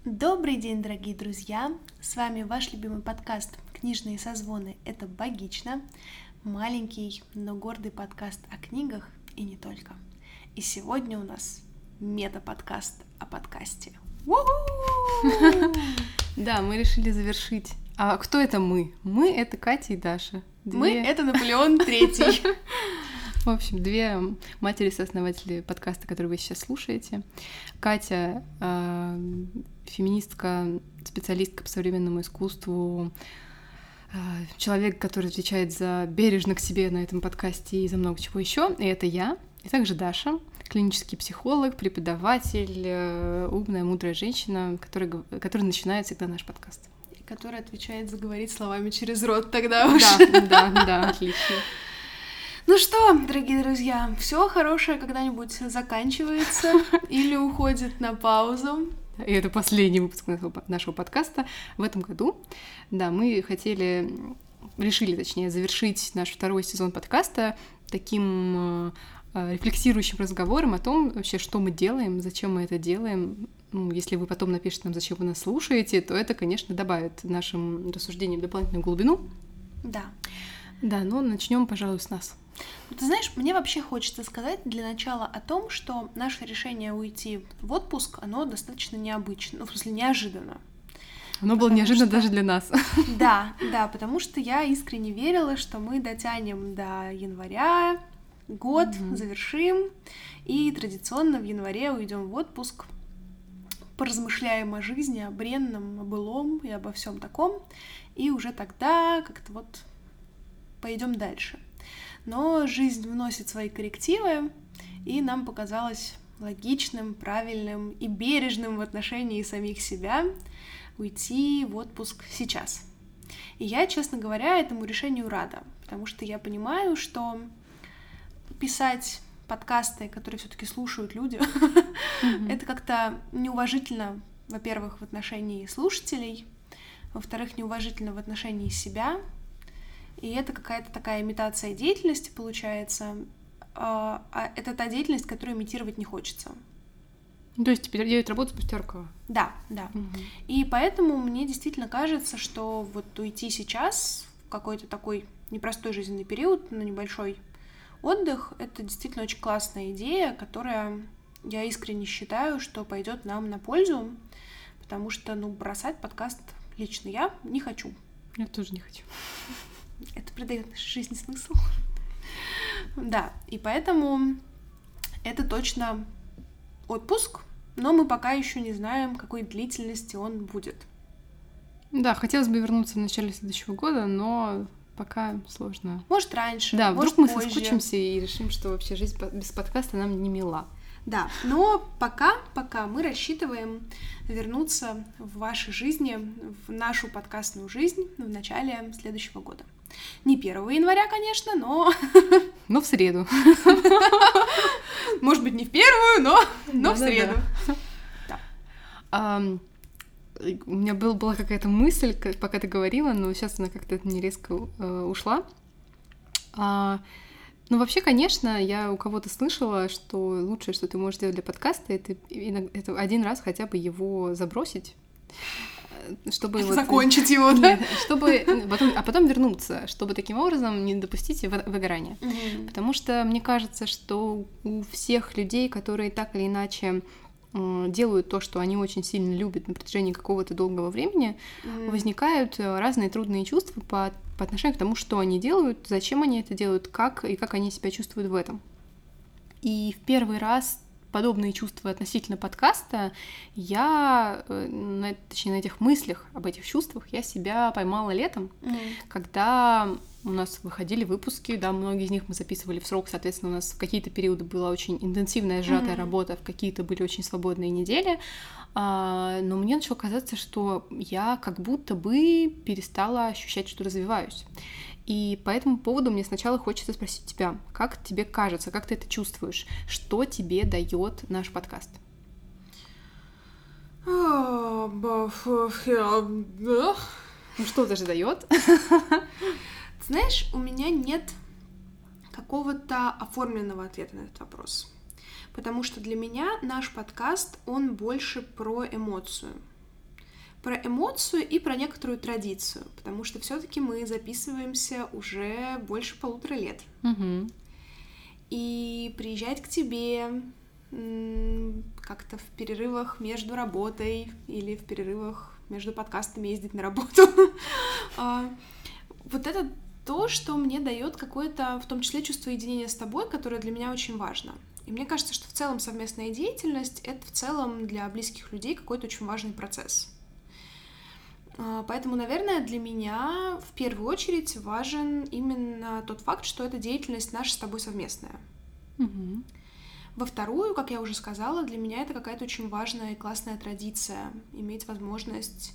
Добрый день, дорогие друзья! С вами ваш любимый подкаст «Книжные созвоны» — это «Богично», маленький, но гордый подкаст о книгах и не только. И сегодня у нас мета-подкаст о подкасте. Да, мы решили завершить. А кто это мы? Мы — это Катя и Даша. Мы — это Наполеон Третий. В общем, две матери-сооснователи подкаста, который вы сейчас слушаете. Катя феминистка, специалистка по современному искусству, человек, который отвечает за бережно к себе на этом подкасте и за много чего еще. И это я. И также Даша, клинический психолог, преподаватель, умная, мудрая женщина, которая начинает всегда наш подкаст. И которая отвечает заговорить словами через рот тогда уж. Да, отлично. Ну что, дорогие друзья, все хорошее когда-нибудь заканчивается или уходит на паузу. И это последний выпуск нашего подкаста в этом году. Да, мы решили завершить наш второй сезон подкаста таким рефлексирующим разговором о том, вообще, что мы делаем, зачем мы это делаем. Ну, если вы потом напишите нам, зачем вы нас слушаете, то это, конечно, добавит нашим рассуждениям дополнительную глубину. Да. Да, но начнем, пожалуй, с нас. Ты знаешь, мне вообще хочется сказать для начала о том, что наше решение уйти в отпуск, оно достаточно необычно, ну, в смысле, неожиданно. Оно было неожиданно даже для нас. Да, потому что я искренне верила, что мы дотянем до января, год, завершим, и традиционно в январе уйдем в отпуск, поразмышляем о жизни, о бренном, о былом и обо всем таком, и уже тогда как-то вот пойдем дальше. Но жизнь вносит свои коррективы, и нам показалось логичным, правильным и бережным в отношении самих себя уйти в отпуск сейчас. И я, честно говоря, этому решению рада, потому что я понимаю, что писать подкасты, которые все-таки слушают люди, это как-то неуважительно, во-первых, в отношении слушателей, во-вторых, неуважительно в отношении себя. И это какая-то такая имитация деятельности получается. А это та деятельность, которую имитировать не хочется. То есть теперь делать работу спустя рукава. Да. И поэтому мне действительно кажется, что вот уйти сейчас в какой-то такой непростой жизненный период, на небольшой отдых, это действительно очень классная идея, которая, я искренне считаю, что пойдет нам на пользу, потому что, бросать подкаст лично я не хочу. Я тоже не хочу. Это придает нашей жизни смысл. Да, и поэтому это точно отпуск, но мы пока еще не знаем, какой длительности он будет. Да, хотелось бы вернуться в начале следующего года, но пока сложно. Может, раньше, да, может, вдруг мы позже. соскучимся и решим, что вообще жизнь без подкаста нам не мила. Да, но пока мы рассчитываем вернуться в вашей жизни, в нашу подкастную жизнь в начале следующего года. Не 1 января, конечно, но... Но в среду. Может быть, не в первую, но в среду. Да. У меня была какая-то мысль, пока ты говорила, но сейчас она как-то не резко ушла. Ну, вообще, конечно, я у кого-то слышала, что лучшее, что ты можешь сделать для подкаста, это один раз хотя бы его забросить, чтобы закончить его, да? А потом вернуться, чтобы таким образом не допустить выгорания. Потому что мне кажется, что у всех людей, которые так или иначе делают то, что они очень сильно любят на протяжении какого-то долгого времени, возникают разные трудные чувства по отношению к тому, что они делают, зачем они это делают, как они себя чувствуют в этом. И в первый раз подобные чувства относительно подкаста точнее, на этих мыслях об этих чувствах я себя поймала летом, когда у нас выходили выпуски, да, многие из них мы записывали в срок, соответственно, у нас в какие-то периоды была очень интенсивная, сжатая работа, в какие-то были очень свободные недели, но мне начало казаться, что я как будто бы перестала ощущать, что развиваюсь. И по этому поводу мне сначала хочется спросить тебя, как тебе кажется, как ты это чувствуешь, что тебе дает наш подкаст? Ну что даже дает? Знаешь, у меня нет какого-то оформленного ответа на этот вопрос. Потому что для меня наш подкаст, он больше про эмоцию. про эмоцию и про некоторую традицию, потому что все-таки мы записываемся уже больше 1,5 лет. И приезжать к тебе как-то в перерывах между работой или в перерывах между подкастами ездить на работу. Вот это то, что мне дает какое-то, в том числе, чувство единения с тобой, которое для меня очень важно. И мне кажется, что в целом совместная деятельность — это в целом для близких людей какой-то очень важный процесс. Поэтому, наверное, для меня в первую очередь важен именно тот факт, что эта деятельность наша с тобой совместная. Во вторую, как я уже сказала, для меня это какая-то очень важная и классная традиция, иметь возможность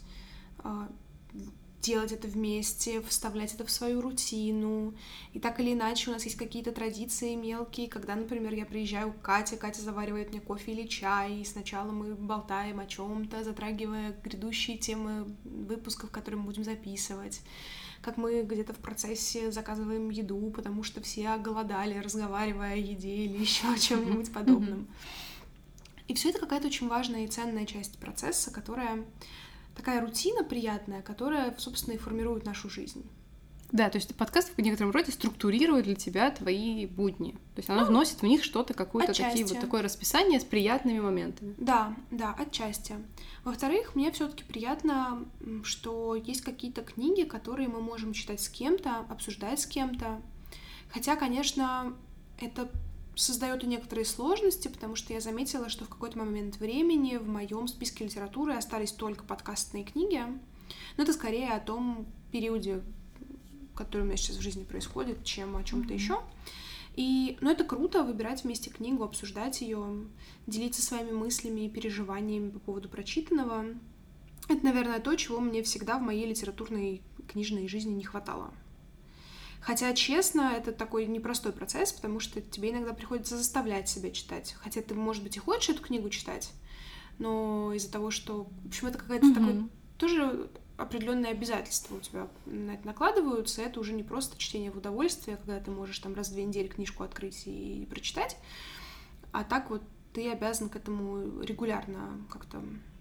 делать это вместе, вставлять это в свою рутину. И так или иначе у нас есть какие-то традиции мелкие, когда, например, я приезжаю к Кате, Катя заваривает мне кофе или чай, и сначала мы болтаем о чем-то, затрагивая грядущие темы выпусков, которые мы будем записывать. Как мы где-то в процессе заказываем еду, потому что все оголодали, разговаривая о еде или еще о чем-нибудь подобном. И все это какая-то очень важная и ценная часть процесса, которая такая рутина приятная, которая, собственно, и формирует нашу жизнь. Да, то есть подкаст в некотором роде структурирует для тебя твои будни. То есть оно вносит в них что-то, какое-то такое расписание с приятными моментами. Да, отчасти. Во-вторых, мне все-таки приятно, что есть какие-то книги, которые мы можем читать с кем-то, обсуждать с кем-то. Хотя, конечно, это создает и некоторые сложности, потому что я заметила, что в какой-то момент времени в моем списке литературы остались только подкастные книги. Но это скорее о том периоде, который у меня сейчас в жизни происходит, чем о чем-то еще. Но это круто выбирать вместе книгу, обсуждать ее, делиться своими мыслями и переживаниями по поводу прочитанного. Это, наверное, то, чего мне всегда в моей литературной книжной жизни не хватало. Хотя, честно, это такой непростой процесс, потому что тебе иногда приходится заставлять себя читать. Хотя ты, может быть, и хочешь эту книгу читать, но из-за того, что... В общем, это какая-то такой... Тоже определенные обязательства у тебя на это накладываются. Это уже не просто чтение в удовольствие, когда ты можешь там раз в 2 недели книжку открыть и прочитать, а так вот ты обязан к этому регулярно как-то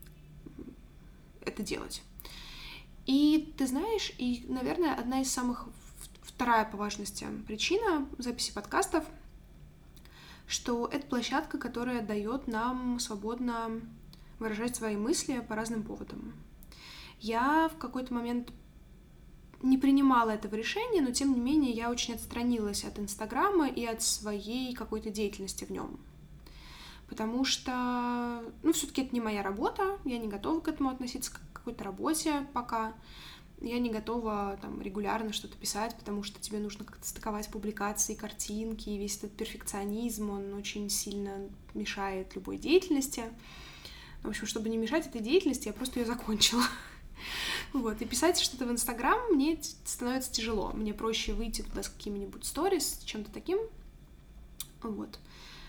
это делать. И ты знаешь, и, наверное, вторая по важности причина записи подкастов, что это площадка, которая дает нам свободно выражать свои мысли по разным поводам. Я в какой-то момент не принимала этого решения, но тем не менее я очень отстранилась от Инстаграма и от своей какой-то деятельности в нем. Потому что, все-таки это не моя работа, я не готова к этому относиться как к какой-то работе пока. Я не готова там регулярно что-то писать, потому что тебе нужно как-то стыковать публикации, картинки, и весь этот перфекционизм, он очень сильно мешает любой деятельности. В общем, чтобы не мешать этой деятельности, я просто ее закончила. Вот, и писать что-то в Инстаграм мне становится тяжело. Мне проще выйти туда с какими-нибудь сторис, чем-то таким. Вот.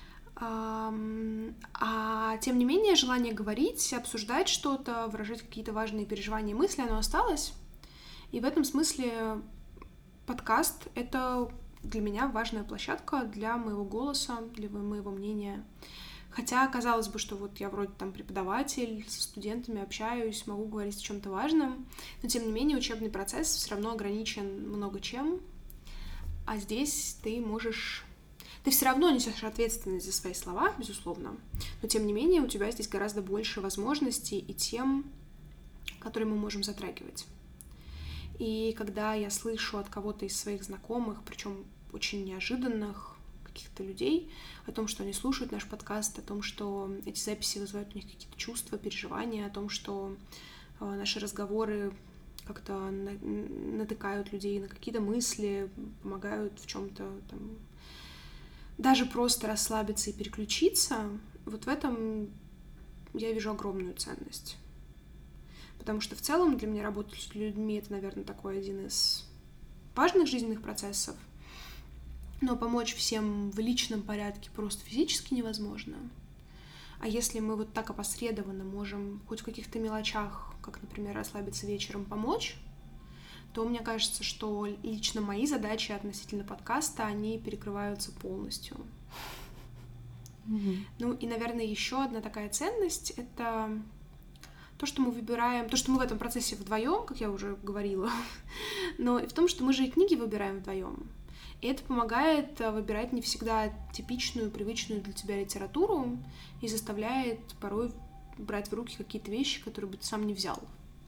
Тем не менее, желание говорить, обсуждать что-то, выражать какие-то важные переживания и мысли, оно осталось. И в этом смысле подкаст — это для меня важная площадка для моего голоса, для моего мнения. Хотя, казалось бы, что вот я вроде там преподаватель, со студентами общаюсь, могу говорить о чем-то важном, но тем не менее учебный процесс все равно ограничен много чем, а здесь ты все равно несешь ответственность за свои слова, безусловно, но тем не менее у тебя здесь гораздо больше возможностей и тем, которые мы можем затрагивать. И когда я слышу от кого-то из своих знакомых, причем очень неожиданных каких-то людей, о том, что они слушают наш подкаст, о том, что эти записи вызывают у них какие-то чувства, переживания, о том, что наши разговоры как-то натыкают людей на какие-то мысли, помогают в чем-то там даже просто расслабиться и переключиться, вот в этом я вижу огромную ценность. Потому что в целом для меня работа с людьми — это, наверное, такой один из важных жизненных процессов. Но помочь всем в личном порядке просто физически невозможно. А если мы вот так опосредованно можем хоть в каких-то мелочах, как, например, расслабиться вечером, помочь, то мне кажется, что лично мои задачи относительно подкаста, они перекрываются полностью. И, наверное, еще одна такая ценность — это то, что мы выбираем, то, что мы в этом процессе вдвоем, как я уже говорила, но и в том, что мы же и книги выбираем вдвоем. И это помогает выбирать не всегда типичную, привычную для тебя литературу и заставляет порой брать в руки какие-то вещи, которые бы ты сам не взял.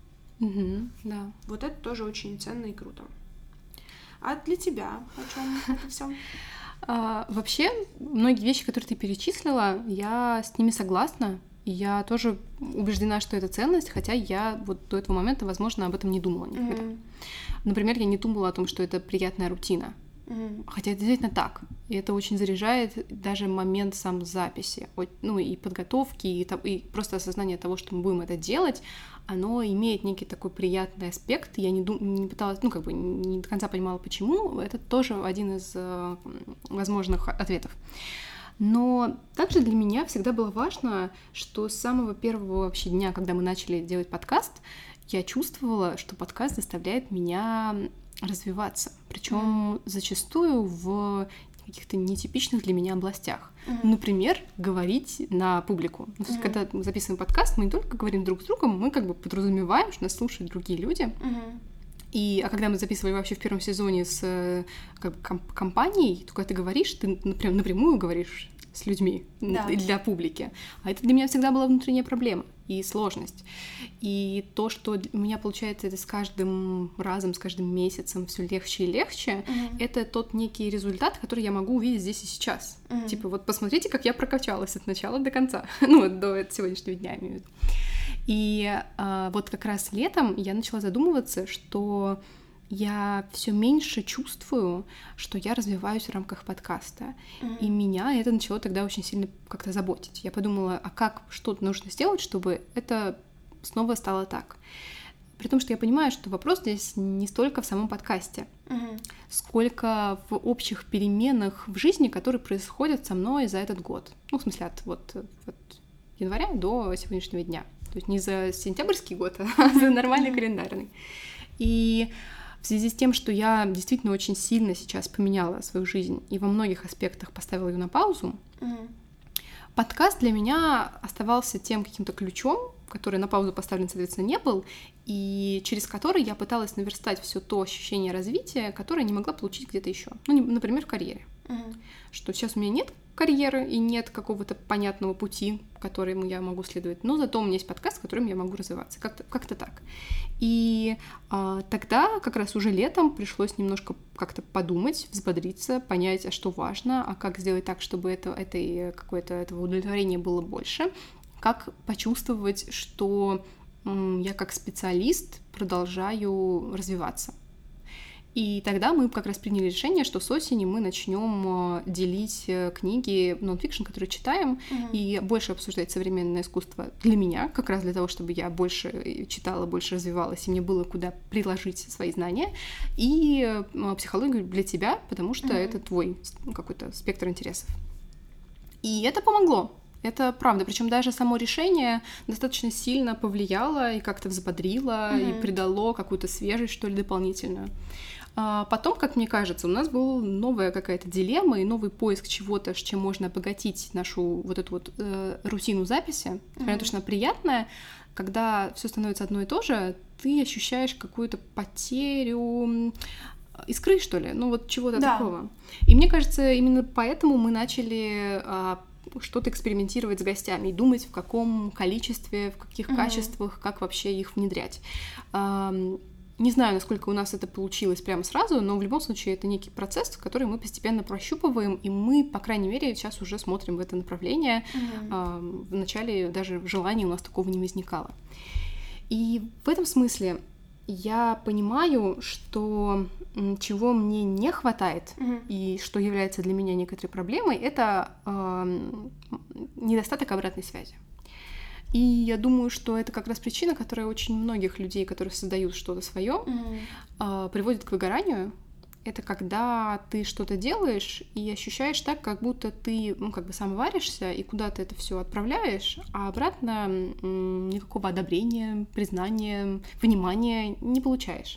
Да. Вот это тоже очень ценно и круто. А для тебя о чем это все? Вообще, многие вещи, которые ты перечислила, я с ними согласна. И я тоже убеждена, что это ценность, хотя я вот до этого момента, возможно, об этом не думала никогда. Например, я не думала о том, что это приятная рутина. Хотя это действительно так. И это очень заряжает даже момент сам записи. Ну и подготовки, и просто осознание того, что мы будем это делать, оно имеет некий такой приятный аспект. Я не пыталась, не до конца понимала, почему. Это тоже один из возможных ответов. Но также для меня всегда было важно, что с самого первого вообще дня, когда мы начали делать подкаст, я чувствовала, что подкаст заставляет меня развиваться, причем зачастую в каких-то нетипичных для меня областях. Например, говорить на публику. То есть, когда мы записываем подкаст, мы не только говорим друг с другом, мы как бы подразумеваем, что нас слушают другие люди. А когда мы записывали вообще в первом сезоне с компанией, то когда ты говоришь, ты напрямую говоришь с людьми для публики. А это для меня всегда была внутренняя проблема и сложность. И то, что у меня получается это с каждым разом, с каждым месяцем все легче и легче, это тот некий результат, который я могу увидеть здесь и сейчас. Типа вот посмотрите, как я прокачалась от начала до конца. До сегодняшнего дня, имею в виду. И вот как раз летом я начала задумываться, что я все меньше чувствую, что я развиваюсь в рамках подкаста. И меня это начало тогда очень сильно как-то заботить. Я подумала, а как, что нужно сделать, чтобы это снова стало так? При том, что я понимаю, что вопрос здесь не столько в самом подкасте, сколько в общих переменах в жизни, которые происходят со мной за этот год. В смысле, от января до сегодняшнего дня. То есть не за сентябрьский год, а за нормальный календарный. И в связи с тем, что я действительно очень сильно сейчас поменяла свою жизнь и во многих аспектах поставила ее на паузу, подкаст для меня оставался тем каким-то ключом, который на паузу поставлен, соответственно, не был, и через который я пыталась наверстать все то ощущение развития, которое не могла получить где-то еще. Например, в карьере. Что сейчас у меня нет карьеры и нет какого-то понятного пути, которому я могу следовать, но зато у меня есть подкаст, которым я могу развиваться. Как-то так. И тогда как раз уже летом пришлось немножко как-то подумать, взбодриться, понять, а что важно, а как сделать так, чтобы этого удовлетворения было больше, как почувствовать, что я как специалист продолжаю развиваться. И тогда мы как раз приняли решение, что с осени мы начнем делить книги нон-фикшн, которые читаем, и больше обсуждать современное искусство для меня, как раз для того, чтобы я больше читала, больше развивалась, и мне было куда приложить свои знания, и психологию для тебя, потому что это твой какой-то спектр интересов. И это помогло. Это правда. Причем даже само решение достаточно сильно повлияло и как-то взбодрило, и придало какую-то свежесть, что ли, дополнительную. Потом, как мне кажется, у нас была новая какая-то дилемма и новый поиск чего-то, с чем можно обогатить нашу вот эту рутину записи. Несмотря на то, что она приятная, когда все становится одно и то же, ты ощущаешь какую-то потерю искры, что ли, чего-то такого. И мне кажется, именно поэтому мы начали что-то экспериментировать с гостями и думать, в каком количестве, в каких качествах, как вообще их внедрять. Не знаю, насколько у нас это получилось прямо сразу, но в любом случае это некий процесс, который мы постепенно прощупываем, и мы, по крайней мере, сейчас уже смотрим в это направление. Вначале даже желания у нас такого не возникало. И в этом смысле я понимаю, что чего мне не хватает и что является для меня некоторой проблемой, это недостаток обратной связи. И я думаю, что это как раз причина, которая очень многих людей, которые создают что-то свое, приводит к выгоранию. Это когда ты что-то делаешь и ощущаешь так, как будто ты, сам варишься и куда-то это все отправляешь, а обратно никакого одобрения, признания, внимания не получаешь.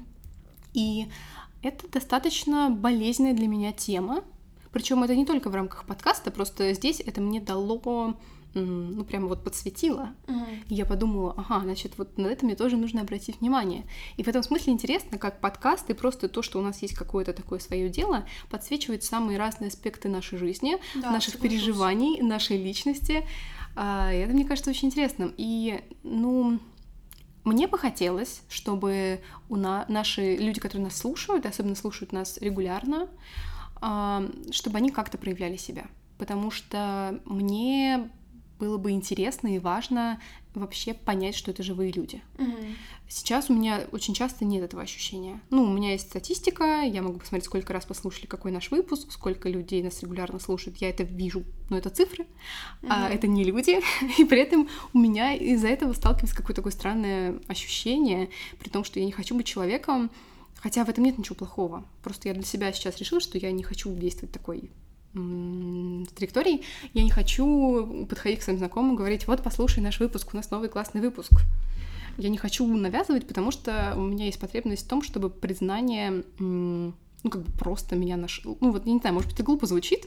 И это достаточно болезненная для меня тема. Причем это не только в рамках подкаста, просто здесь это мне дало ну, прямо вот подсветила. И я подумала, ага, значит, вот на это мне тоже нужно обратить внимание. И в этом смысле интересно, как подкаст и просто то, что у нас есть какое-то такое свое дело, подсвечивает самые разные аспекты нашей жизни, наших переживаний, нашей личности. И это, мне кажется, очень интересным. И, ну, мне бы хотелось, чтобы наши люди, которые нас слушают, особенно слушают нас регулярно, чтобы они как-то проявляли себя. Потому что мне было бы интересно и важно вообще понять, что это живые люди. Сейчас у меня очень часто нет этого ощущения. Ну, у меня есть статистика, я могу посмотреть, сколько раз послушали какой наш выпуск, сколько людей нас регулярно слушают, я это вижу, но это цифры, а это не люди, и при этом у меня из-за этого сталкивается какое-то такое странное ощущение, при том, что я не хочу быть человеком, хотя в этом нет ничего плохого, просто я для себя сейчас решила, что я не хочу действовать такой траекторией, я не хочу подходить к своим знакомым и говорить, вот, послушай наш выпуск, у нас новый классный выпуск. Я не хочу навязывать, потому что у меня есть потребность в том, чтобы признание, ну, как бы просто меня нашло. Ну, вот, я не знаю, может быть, это глупо звучит,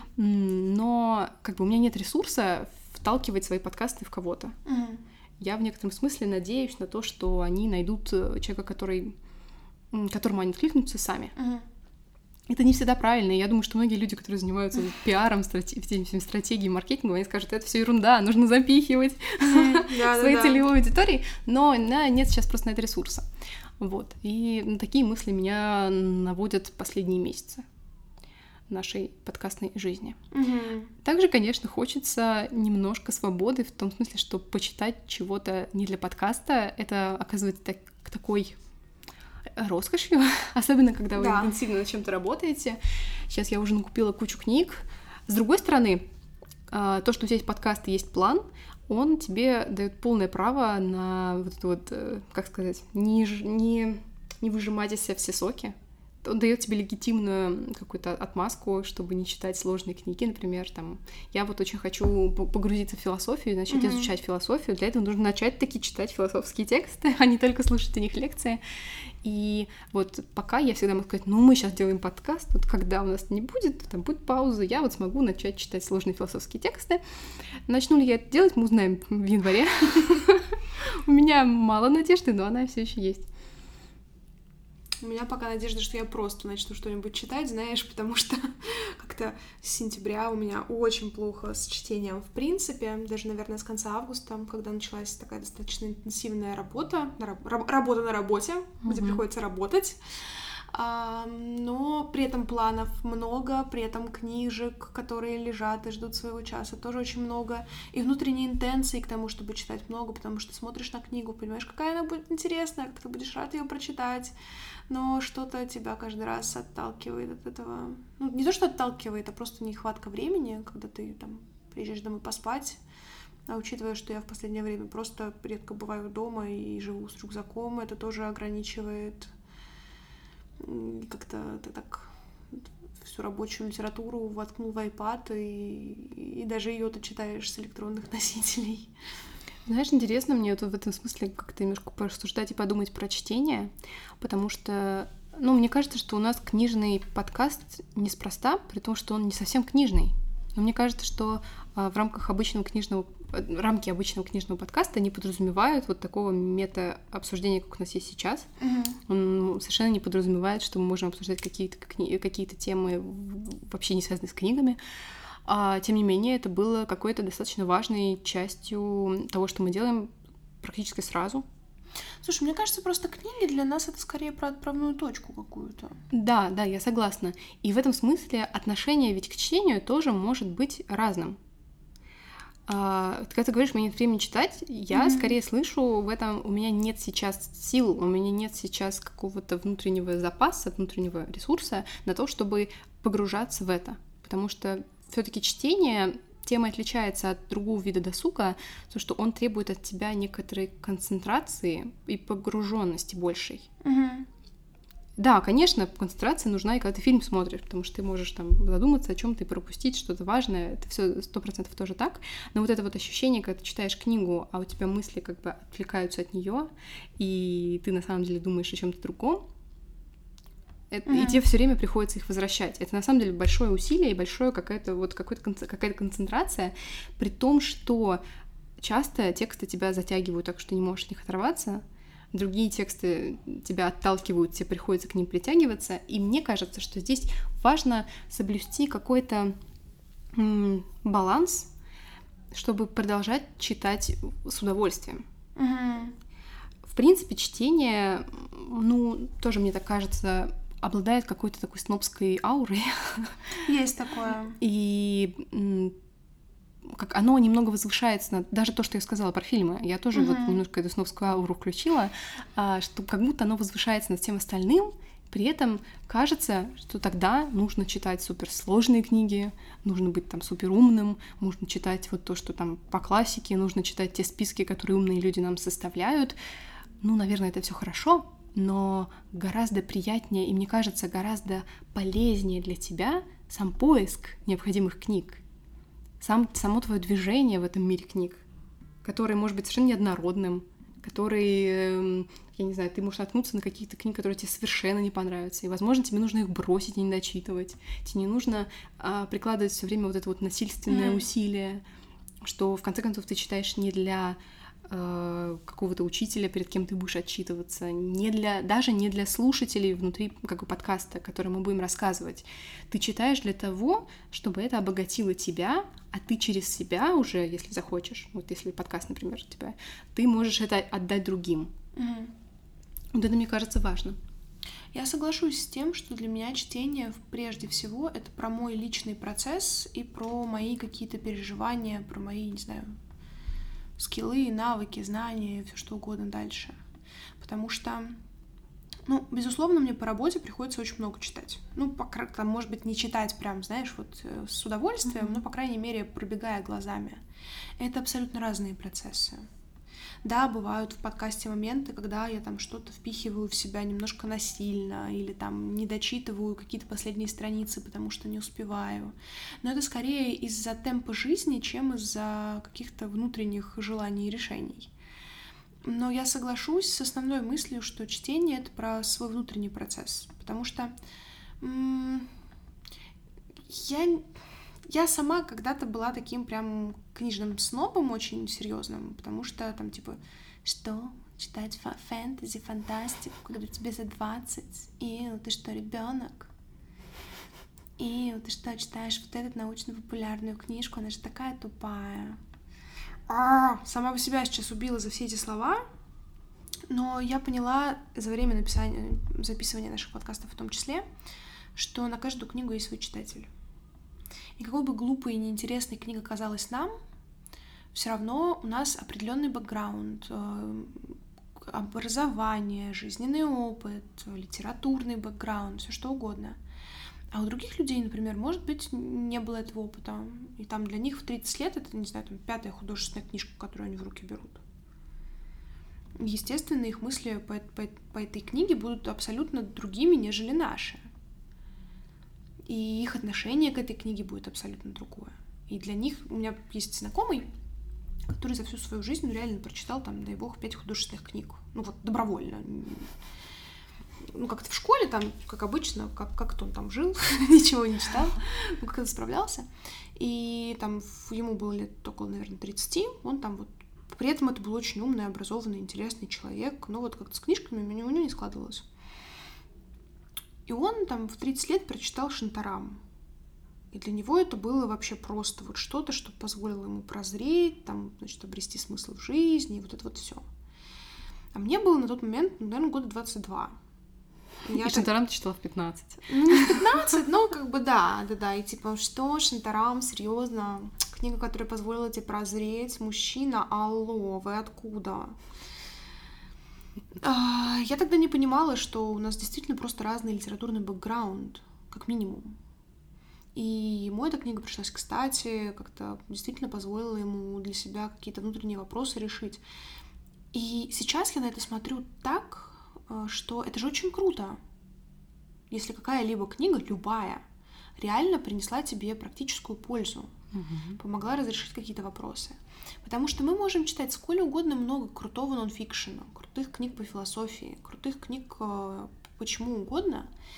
но как бы у меня нет ресурса вталкивать свои подкасты в кого-то. Я в некотором смысле надеюсь на то, что они найдут человека, которому они откликнутся сами. Это не всегда правильно, и я думаю, что многие люди, которые занимаются пиаром, стратегией, маркетингом, они скажут, это все ерунда, нужно запихивать своей целевой аудитории, но нет сейчас просто на это ресурса. Вот. И на такие мысли меня наводят последние месяцы нашей подкастной жизни. Также, конечно, хочется немножко свободы в том смысле, что почитать чего-то не для подкаста, это оказывается такой роскошью, особенно когда вы интенсивно над чем-то работаете. Сейчас я уже накупила кучу книг. С другой стороны, то, что у тебя есть подкаст и есть план, он тебе дает полное право на вот это вот, как сказать, не выжимать из себя все соки. Он дает тебе легитимную какую-то отмазку, чтобы не читать сложные книги, например, там, я вот очень хочу погрузиться в философию и начать изучать философию, для этого нужно начать таки читать философские тексты, а не только слушать о них лекции. И вот пока я всегда могу сказать, ну, мы сейчас делаем подкаст, вот когда у нас не будет, там будет пауза, я вот смогу начать читать сложные философские тексты. Начну ли я это делать, мы узнаем в январе. У меня мало надежды, но она все еще есть. У меня пока надежда, что я просто начну что-нибудь читать, знаешь, потому что как-то с сентября у меня очень плохо с чтением в принципе, даже, наверное, с конца августа, когда началась такая достаточно интенсивная работа на работе, где приходится работать. Но при этом планов много, при этом книжек, которые лежат и ждут своего часа, тоже очень много. И внутренней интенции к тому, чтобы читать много, потому что смотришь на книгу, понимаешь, какая она будет интересная, как ты будешь рад ее прочитать, но что-то тебя каждый раз отталкивает от этого. Ну, не то, что отталкивает, а просто нехватка времени, когда ты там приезжаешь домой поспать. А учитывая, что я в последнее время просто редко бываю дома и живу с рюкзаком, это тоже ограничивает. И как-то ты так всю рабочую литературу воткнул в iPad, и даже ее ты читаешь с электронных носителей. Знаешь, интересно мне вот в этом смысле как-то немножко порассуждать и подумать про чтение, потому что, ну, мне кажется, что у нас книжный подкаст неспроста, при том, что он не совсем книжный. Но мне кажется, что в рамках рамки обычного книжного подкаста не подразумевают вот такого мета-обсуждения, как у нас есть сейчас. Он совершенно не подразумевает, что мы можем обсуждать какие-то темы, вообще не связанные с книгами. Тем не менее, это было какой-то достаточно важной частью того, что мы делаем практически сразу. Слушай, мне кажется, просто книги для нас это скорее про отправную точку какую-то. Да, я согласна. И в этом смысле отношение ведь к чтению тоже может быть разным. Когда ты говоришь, у меня нет времени читать, я скорее слышу в этом, у меня нет сейчас сил, у меня нет сейчас какого-то внутреннего запаса, внутреннего ресурса на то, чтобы погружаться в это. Потому что все-таки чтение тем и отличается от другого вида досуга, то, что он требует от тебя некоторой концентрации и погруженности большей. Да, конечно, концентрация нужна и когда ты фильм смотришь, потому что ты можешь там задуматься о чем-то и пропустить что-то важное, это все 100% тоже так, но вот это вот ощущение, когда ты читаешь книгу, а у тебя мысли как бы отвлекаются от нее, и ты на самом деле думаешь о чем-то другом, и тебе все время приходится их возвращать. Это на самом деле большое усилие и большое какая-то концентрация, при том, что часто тексты тебя затягивают так, что ты не можешь от них оторваться, другие тексты тебя отталкивают, тебе приходится к ним притягиваться, и мне кажется, что здесь важно соблюсти какой-то баланс, чтобы продолжать читать с удовольствием. В принципе, чтение, тоже, мне так кажется, обладает какой-то такой снобской аурой. Есть такое. И как оно немного возвышается даже то, что я сказала про фильмы. Я тоже вот немножко эту снобскую ауру включила, что как будто оно возвышается над всем остальным. При этом кажется, что тогда нужно читать суперсложные книги, нужно быть там суперумным, нужно читать вот то, что там по классике, нужно читать те списки, которые умные люди нам составляют. Наверное, это все хорошо, но гораздо приятнее и, мне кажется, гораздо полезнее для тебя сам поиск необходимых книг, само твое движение в этом мире книг, который может быть совершенно неоднородным, который, я не знаю, ты можешь наткнуться на какие-то книги, которые тебе совершенно не понравятся, и, возможно, тебе нужно их бросить и не дочитывать. Тебе не нужно прикладывать все время вот это вот насильственное усилие, что, в конце концов, ты читаешь не для какого-то учителя, перед кем ты будешь отчитываться, даже не для слушателей внутри подкаста, который мы будем рассказывать. Ты читаешь для того, чтобы это обогатило тебя, а ты через себя уже, если захочешь, вот если подкаст, например, у тебя, ты можешь это отдать другим. Вот это, мне кажется, важно. Я соглашусь с тем, что для меня чтение, прежде всего, это про мой личный процесс и про мои какие-то переживания, про мои, не знаю, скиллы, навыки, знания, все что угодно дальше. Потому что, безусловно, мне по работе приходится очень много читать. Там, может быть, не читать прям, знаешь, вот с удовольствием, но, по крайней мере, пробегая глазами. Это абсолютно разные процессы. Да, бывают в подкасте моменты, когда я там что-то впихиваю в себя немножко насильно или там не дочитываю какие-то последние страницы, потому что не успеваю. Но это скорее из-за темпа жизни, чем из-за каких-то внутренних желаний и решений. Но я соглашусь с основной мыслью, что чтение — это про свой внутренний процесс, потому что я сама когда-то была таким прям книжным снобом очень серьезным, потому что там типа, что читать фэнтези, фантастику, когда тебе за 20, и ты что, ребенок? И ты что, читаешь вот эту научно-популярную книжку, она же такая тупая. Сама бы себя сейчас убила за все эти слова, но я поняла за время записывания наших подкастов в том числе, что на каждую книгу есть свой читатель. И какой бы глупой и неинтересной книга казалась нам, все равно у нас определенный бэкграунд, образование, жизненный опыт, литературный бэкграунд, все что угодно. А у других людей, например, может быть, не было этого опыта. И там для них в 30 лет это, не знаю, там 5-я художественная книжка, которую они в руки берут. Естественно, их мысли по этой книге будут абсолютно другими, нежели наши. И их отношение к этой книге будет абсолютно другое. И для них у меня есть знакомый, который за всю свою жизнь реально прочитал, там, дай бог, 5 художественных книг. Добровольно. Как-то в школе, там, как обычно, как-то он там жил, ничего не читал, как-то справлялся. И там ему было лет около, наверное, 30, он там вот... При этом это был очень умный, образованный, интересный человек, но вот как-то с книжками у него не складывалось. И он там в 30 лет прочитал Шантарам. И для него это было вообще просто вот что-то, что позволило ему прозреть, там, значит, обрести смысл в жизни, и вот это вот все. А мне было на тот момент, наверное, года 22. И Шантарам ты читала в 15. Не в 15, но да. И типа, что, Шантарам, серьезно, книга, которая позволила тебе прозреть, мужчина, алло, вы откуда? Я тогда не понимала, что у нас действительно просто разный литературный бэкграунд, как минимум. И ему эта книга пришлась кстати, как-то действительно позволила ему для себя какие-то внутренние вопросы решить. И сейчас я на это смотрю так, что это же очень круто, если какая-либо книга, любая, реально принесла тебе практическую пользу, помогла разрешить какие-то вопросы. Потому что мы можем читать сколь угодно много крутого нонфикшена, крутых книг по философии, крутых книг по чему угодно,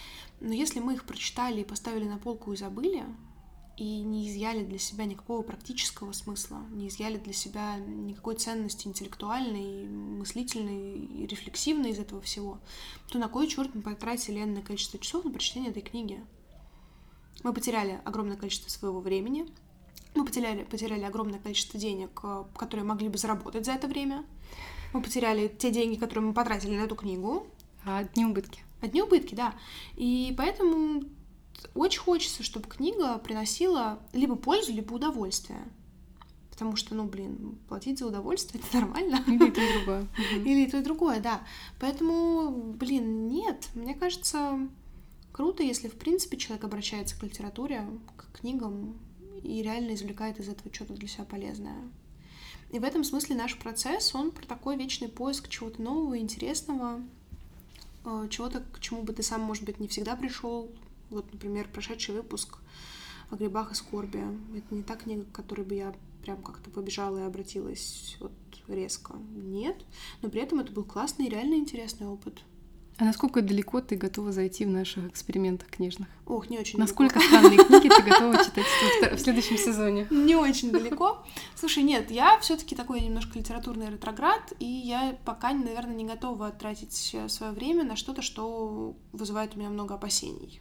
Но если мы их прочитали и поставили на полку и забыли, и не изъяли для себя никакого практического смысла, не изъяли для себя никакой ценности интеллектуальной, мыслительной и рефлексивной из этого всего, то на кой черт мы потратили энное количество часов на прочтение этой книги? Мы потеряли огромное количество своего времени, мы потеряли огромное количество денег, которые могли бы заработать за это время, мы потеряли те деньги, которые мы потратили на эту книгу. Одни убытки. Одни убытки, да. И поэтому очень хочется, чтобы книга приносила либо пользу, либо удовольствие. Потому что, платить за удовольствие — это нормально. Или и то, и другое. Или и то, и другое, да. Поэтому, нет. Мне кажется, круто, если, в принципе, человек обращается к литературе, к книгам и реально извлекает из этого что-то для себя полезное. И в этом смысле наш процесс, он про такой вечный поиск чего-то нового, интересного, чего-то, к чему бы ты сам, может быть, не всегда пришел. Вот, например, прошедший выпуск о грибах и скорби. Это не та книга, к которой бы я прям как-то побежала и обратилась вот резко. Нет. Но при этом это был классный и реально интересный опыт. А насколько далеко ты готова зайти в наших экспериментах книжных? Ох, не очень Насколько далеко. странные книги ты готова читать в следующем сезоне? Не очень далеко. Слушай, нет, я все-таки такой немножко литературный ретроград, и я пока, наверное, не готова тратить свое время на что-то, что вызывает у меня много опасений.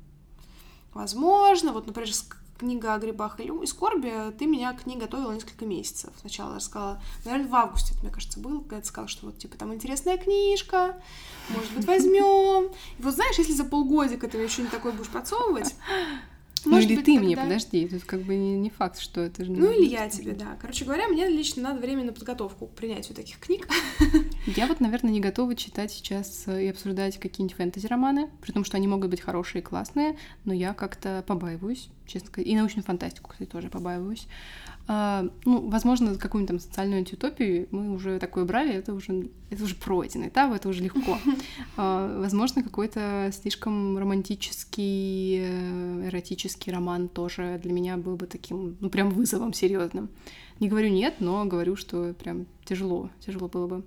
Возможно, вот, например, книга о грибах и скорби, ты меня к ней готовила несколько месяцев. Сначала я рассказала, наверное, в августе, мне кажется, было, когда ты сказала, что вот, там интересная книжка, может быть, возьмем. И вот знаешь, если за полгодика ты мне что-нибудь такое будешь подсовывать, или ты мне, подожди, тут как бы не факт, что это же... или я тебе, да. Короче говоря, мне лично надо время на подготовку к принятию таких книг. Я вот, наверное, не готова читать сейчас и обсуждать какие-нибудь фэнтези-романы, при том, что они могут быть хорошие и классные, но я как-то побаиваюсь, честно сказать. И научную фантастику, кстати, тоже побаиваюсь. Возможно, какую-нибудь там социальную антиутопию мы уже такое брали, это уже пройденный этап, это уже легко. Возможно, какой-то слишком романтический, эротический роман тоже для меня был бы таким, прям вызовом серьезным. Не говорю нет, но говорю, что прям тяжело было бы.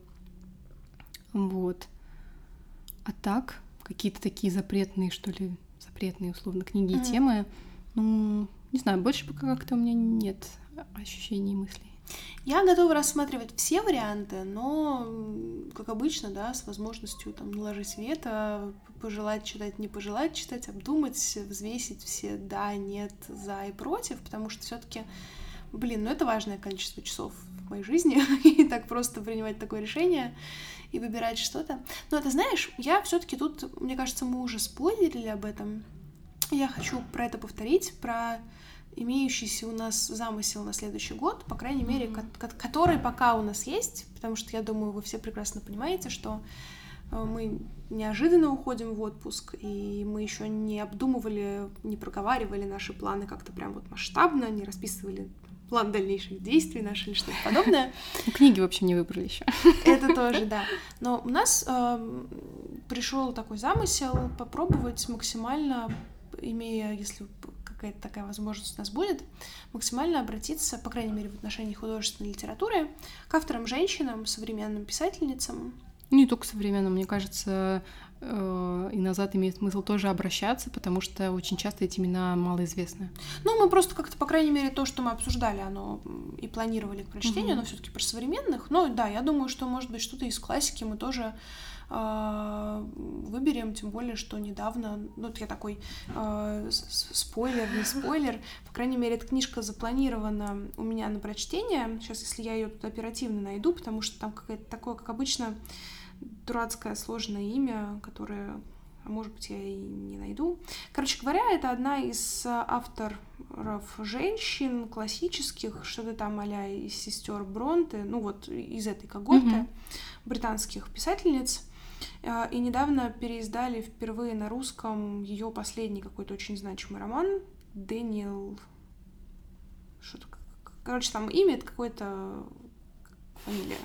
Вот. А так, какие-то такие запретные, условно, книги и темы, не знаю, больше пока как-то у меня нет ощущений и мыслей. Я готова рассматривать все варианты, но, как обычно, да, с возможностью наложить вето, пожелать читать, не пожелать читать, обдумать, взвесить все да, нет, за и против, потому что все-таки, это важное количество часов в моей жизни, и так просто принимать такое решение и выбирать что-то. Но ты знаешь, я все-таки тут, мне кажется, мы уже спойлерили об этом. Я хочу про это повторить, про имеющийся у нас замысел на следующий год, по крайней мере, который пока у нас есть, потому что, я думаю, вы все прекрасно понимаете, что мы неожиданно уходим в отпуск, и мы еще не обдумывали, не проговаривали наши планы как-то прям вот масштабно, не расписывали план дальнейших действий наших или что-то подобное. Книги вообще не выбрали еще. Это тоже, да. Но у нас пришел такой замысел попробовать максимально, имея, если какая-то такая возможность у нас будет, максимально обратиться, по крайней мере, в отношении художественной литературы, к авторам-женщинам, современным писательницам. Не только современным, мне кажется, и назад имеет смысл тоже обращаться, потому что очень часто эти имена малоизвестны. Мы просто как-то, по крайней мере, то, что мы обсуждали, оно и планировали к прочтению, оно все-таки про современных. Но да, я думаю, что, может быть, что-то из классики мы тоже выберем, тем более, что недавно, я такой спойлер, не спойлер, по крайней мере, эта книжка запланирована у меня на прочтение. Сейчас, если я ее тут оперативно найду, потому что там какое-то такое, как обычно, дурацкое сложное имя, которое, может быть, я и не найду. Короче говоря, это одна из авторов женщин классических, что-то там а-ля из сестер Бронте, из этой когорты британских писательниц. И недавно переиздали впервые на русском ее последний какой-то очень значимый роман Дэниел... Что-то... Короче, там имя — это какое-то фамилия.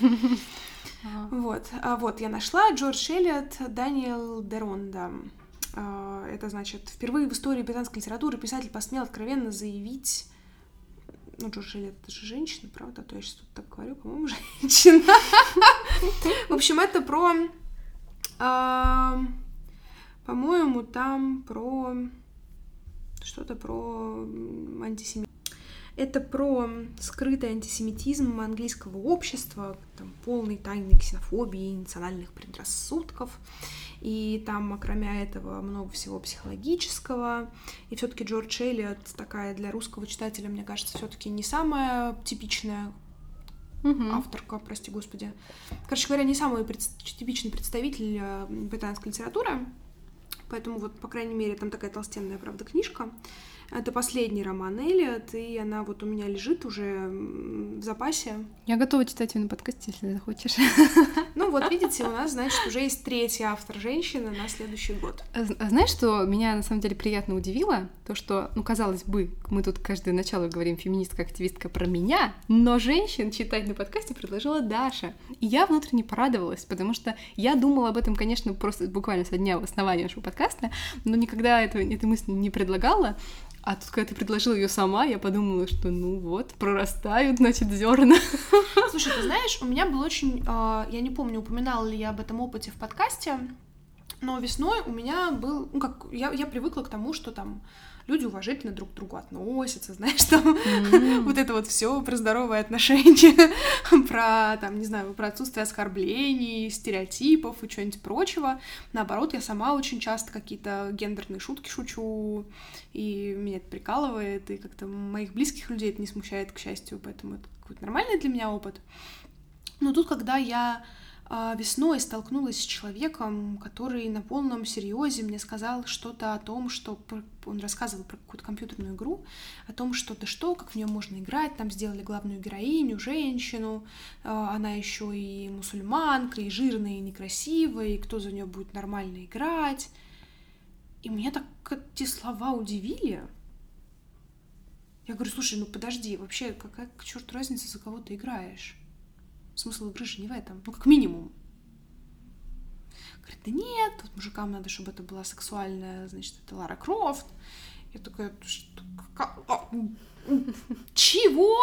Вот, я нашла. Джордж Эллиот, Даниэл Дерон, да. Это значит, впервые в истории британской литературы писатель посмел откровенно заявить... Джордж Эллиот — это же женщина, правда? А то я сейчас тут так говорю, по-моему, женщина. В общем, это про По-моему, там про... что-то про антисемитизм. Это про скрытый антисемитизм английского общества, там, полный тайной ксенофобии и национальных предрассудков. И там, окромя этого, много всего психологического. И все-таки Джордж Эллиот такая для русского читателя, мне кажется, все-таки не самая типичная авторка, прости господи. Короче говоря, не самый типичный представитель британской литературы. Поэтому вот, по крайней мере, там такая толстенная, правда, книжка. Это последний роман Эллиот, и она вот у меня лежит уже в запасе. Я готова читать ее на подкасте, если захочешь. Ну вот, видите, у нас, значит, уже есть третий автор женщина на следующий год. Знаешь, что меня на самом деле приятно удивило? То, что, ну, казалось бы, мы тут каждое начало говорим феминистка, активистка про меня, но женщин читать на подкасте предложила Даша. И я внутренне порадовалась, потому что я думала об этом, конечно, просто буквально со дня основания нашего подкаста, но никогда этой мысли не предлагала. А тут, когда ты предложила ее сама, я подумала, что ну вот, прорастают, значит, зерна. Слушай, ты знаешь, у меня был очень... я не помню, упоминала ли я об этом опыте в подкасте, но весной у меня был... Ну, как я привыкла к тому, что там люди уважительно друг к другу относятся, знаешь, там вот это вот все про здоровые отношения, про, там, не знаю, про отсутствие оскорблений, стереотипов и чего-нибудь прочего. Наоборот, я сама очень часто какие-то гендерные шутки шучу, и меня это прикалывает, и как-то моих близких людей это не смущает, к счастью, поэтому это какой-то нормальный для меня опыт. Но тут, когда я весной столкнулась с человеком, который на полном серьезе мне сказал что-то о том, что он рассказывал про какую-то компьютерную игру, о том, что да что, как в нее можно играть, там сделали главную героиню, женщину, она еще и мусульманка, и жирная, и некрасивая, и кто за нее будет нормально играть. И меня так эти слова удивили. Я говорю, слушай, ну подожди, вообще какая к черту разница, за кого ты играешь? Смысл игры же не в этом, ну, как минимум. Говорит, да нет, тут мужикам надо, чтобы это была сексуальная, значит, это Лара Крофт. Я такая, что? Чего?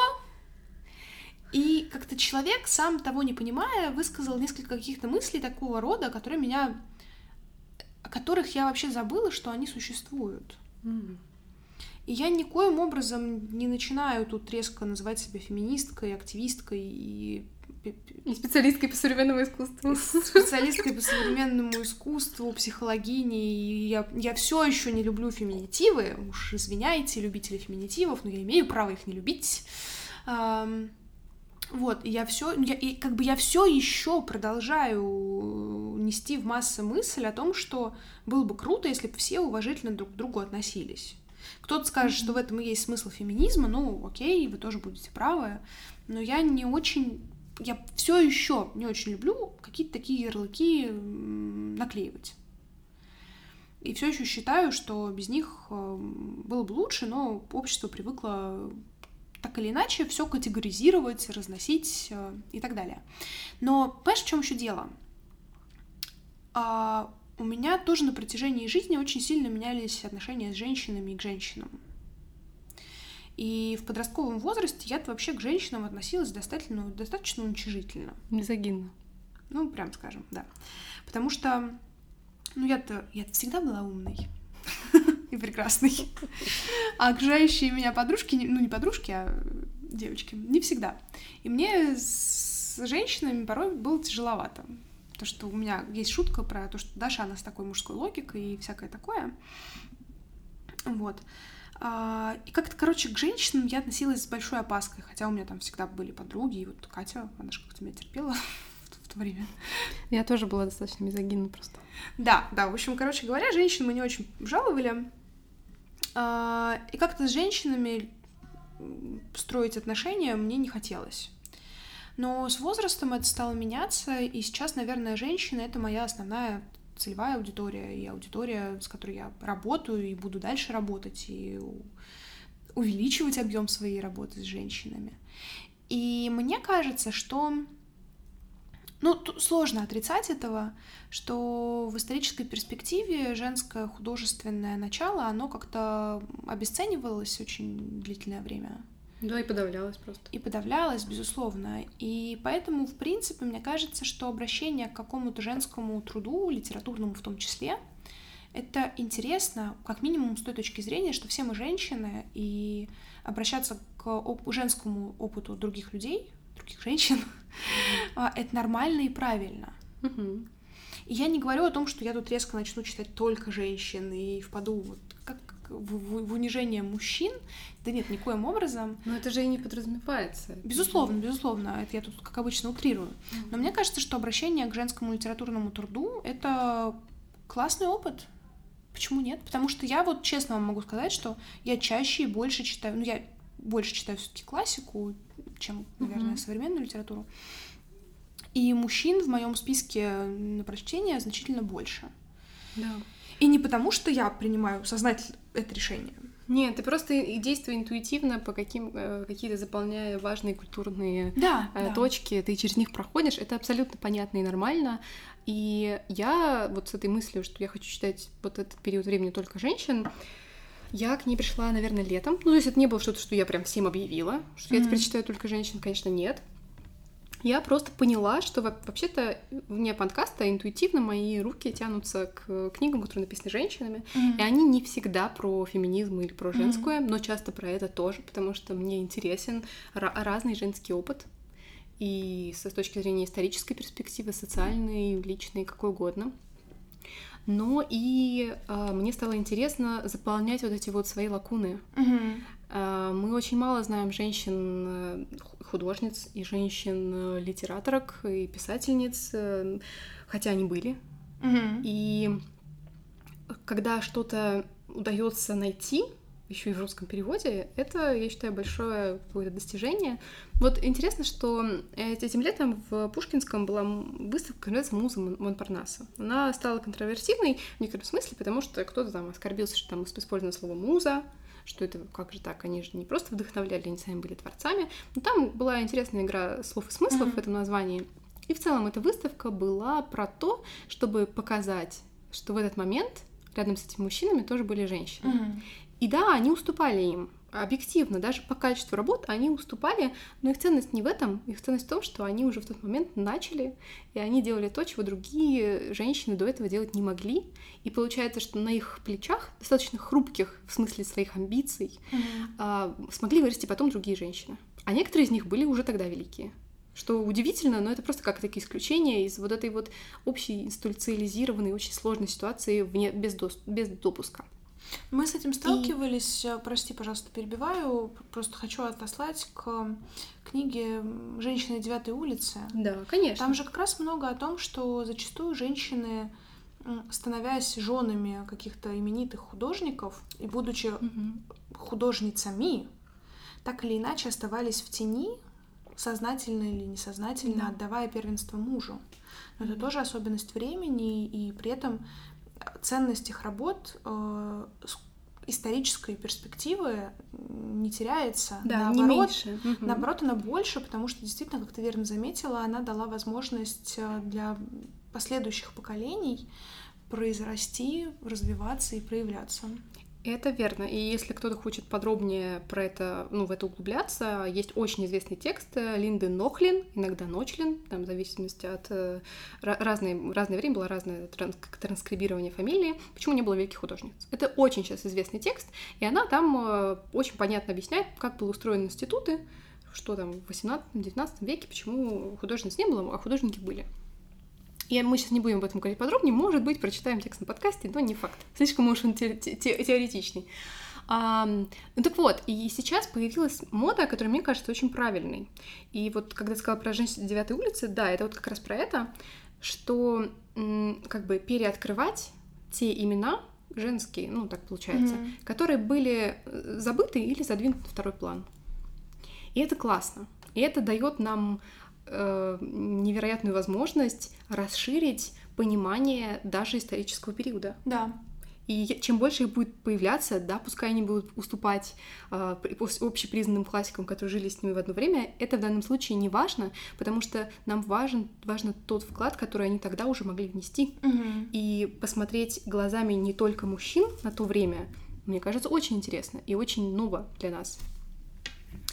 И как-то человек, сам того не понимая, высказал несколько каких-то мыслей такого рода, о которых я вообще забыла, что они существуют. И я никоим образом не начинаю тут резко называть себя феминисткой, активисткой и специалисткой по современному искусству. Специалисткой по современному искусству, психологиней. Я все еще не люблю феминитивы. Уж извиняйте, любители феминитивов, но я имею право их не любить. Вот, я все еще продолжаю нести в массы мысль о том, что было бы круто, если бы все уважительно друг к другу относились. Кто-то скажет, что в этом и есть смысл феминизма, ну, окей, вы тоже будете правы, но я все еще не очень люблю какие-то такие ярлыки наклеивать. И все еще считаю, что без них было бы лучше, но общество привыкло так или иначе все категоризировать, разносить и так далее. Но понимаешь, в чем еще дело? У меня тоже на протяжении жизни очень сильно менялись отношения с женщинами и к женщинам. И в подростковом возрасте я вообще к женщинам относилась достаточно уничижительно. Мизогинно. Ну, прям скажем, да. Потому что, ну, я-то всегда была умной и прекрасной. А окружающие меня подружки, ну, не подружки, а девочки, не всегда. И мне с женщинами порой было тяжеловато. То, что у меня есть шутка про то, что Даша, она с такой мужской логикой и всякое такое. Вот. И как-то, короче, к женщинам я относилась с большой опаской, хотя у меня там всегда были подруги, и вот Катя, она же как-то меня терпела в то время. Я тоже была достаточно мизогинна просто. Да, в общем, короче говоря, женщин мы не очень жаловали, и как-то с женщинами строить отношения мне не хотелось. Но с возрастом это стало меняться, и сейчас, наверное, женщины — это моя основная целевая аудитория, и аудитория, с которой я работаю и буду дальше работать, и увеличивать объем своей работы с женщинами. И мне кажется, что... Ну, сложно отрицать этого, что в исторической перспективе женское художественное начало, оно как-то обесценивалось очень длительное время. Да, и подавлялась просто. И подавлялась, безусловно. И поэтому, в принципе, мне кажется, что обращение к какому-то женскому труду, литературному в том числе, это интересно, как минимум с той точки зрения, что все мы женщины, и обращаться к женскому опыту других людей, других женщин, это нормально и правильно. И я не говорю о том, что я тут резко начну читать только женщин и впаду вот как в унижение мужчин. Да нет, никоим образом. Но это же и не подразумевается. Безусловно. Это я тут, как обычно, утрирую. Но мне кажется, что обращение к женскому литературному труду — это классный опыт. Почему нет? Потому что я вот честно вам могу сказать, что я чаще и больше читаю... я больше читаю все-таки классику, чем, наверное, современную литературу. И мужчин в моем списке на прочтение значительно больше. Да. И не потому, что я принимаю сознательно это решение. Нет, ты просто действуй интуитивно, по какие-то заполняя важные культурные точки, ты через них проходишь, это абсолютно понятно и нормально. И я вот с этой мыслью, что я хочу читать вот этот период времени только женщин, я к ней пришла, наверное, летом. То есть это не было что-то, что я прям всем объявила, что я теперь читаю только женщин, конечно, нет. Я просто поняла, что вообще-то вне подкаста интуитивно мои руки тянутся к книгам, которые написаны женщинами, и они не всегда про феминизм или про женское, но часто про это тоже, потому что мне интересен разный женский опыт, и с точки зрения исторической перспективы, социальной, личной, какой угодно. Но и мне стало интересно заполнять вот эти вот свои лакуны. Мы очень мало знаем женщин-художниц и женщин-литераторок и писательниц, хотя они были. И когда что-то удается найти, еще и в русском переводе, это, я считаю, большое какое-то достижение. Вот интересно, что этим летом в Пушкинском была выставка, называется «Муза Монпарнаса». Она стала контроверсивной в некотором смысле, потому что кто-то там оскорбился, что там использовано слово «муза», что это как же так, они же не просто вдохновляли, они сами были творцами. Но там была интересная игра слов и смыслов в этом названии. И в целом эта выставка была про то, чтобы показать, что в этот момент рядом с этими мужчинами тоже были женщины. И да, они уступали им. Объективно, даже по качеству работ они уступали, но их ценность не в этом, их ценность в том, что они уже в тот момент начали, и они делали то, чего другие женщины до этого делать не могли. И получается, что на их плечах, достаточно хрупких в смысле своих амбиций, смогли вырасти потом другие женщины. А некоторые из них были уже тогда великие. Что удивительно, но это просто как такие исключения из вот этой вот общей институциализированной, очень сложной ситуации без допуска. Мы с этим сталкивались, прости, пожалуйста, перебиваю, просто хочу отослать к книге «Женщины 9-й улицы». Да, конечно. Там же как раз много о том, что зачастую женщины, становясь женами каких-то именитых художников и будучи художницами, так или иначе оставались в тени, сознательно или несознательно, отдавая первенство мужу. Но это тоже особенность времени, и при этом ценность их работ с исторической перспективы не теряется. Да, не меньше. Наоборот, она больше, потому что действительно, как ты верно заметила, она дала возможность для последующих поколений произрасти, развиваться и проявляться. Это верно. И если кто-то хочет подробнее про это, в это углубляться, есть очень известный текст Линды Нохлин, иногда Ночлин, там в зависимости от разное время было разное транскрибирование фамилии, почему не было великих художниц. Это очень сейчас известный текст, и она там очень понятно объясняет, как были устроены институты, что там в 18-19 веке, почему художниц не было, а художники были. И мы сейчас не будем об этом говорить подробнее, может быть, прочитаем текст на подкасте, но не факт. Слишком уж он теоретичный. Так вот, и сейчас появилась мода, которая, мне кажется, очень правильной. И вот когда я сказала про женщин 9-й улицы, да, это вот как раз про это, что как бы переоткрывать те имена женские, так получается, которые были забыты или задвинуты на второй план. И это классно. И это дает нам невероятную возможность расширить понимание даже исторического периода. Да. И чем больше их будет появляться, да, пускай они будут уступать общепризнанным классикам, которые жили с ними в одно время, это в данном случае не важно, потому что нам важен тот вклад, который они тогда уже могли внести. И посмотреть глазами не только мужчин на то время, мне кажется, очень интересно и очень ново для нас.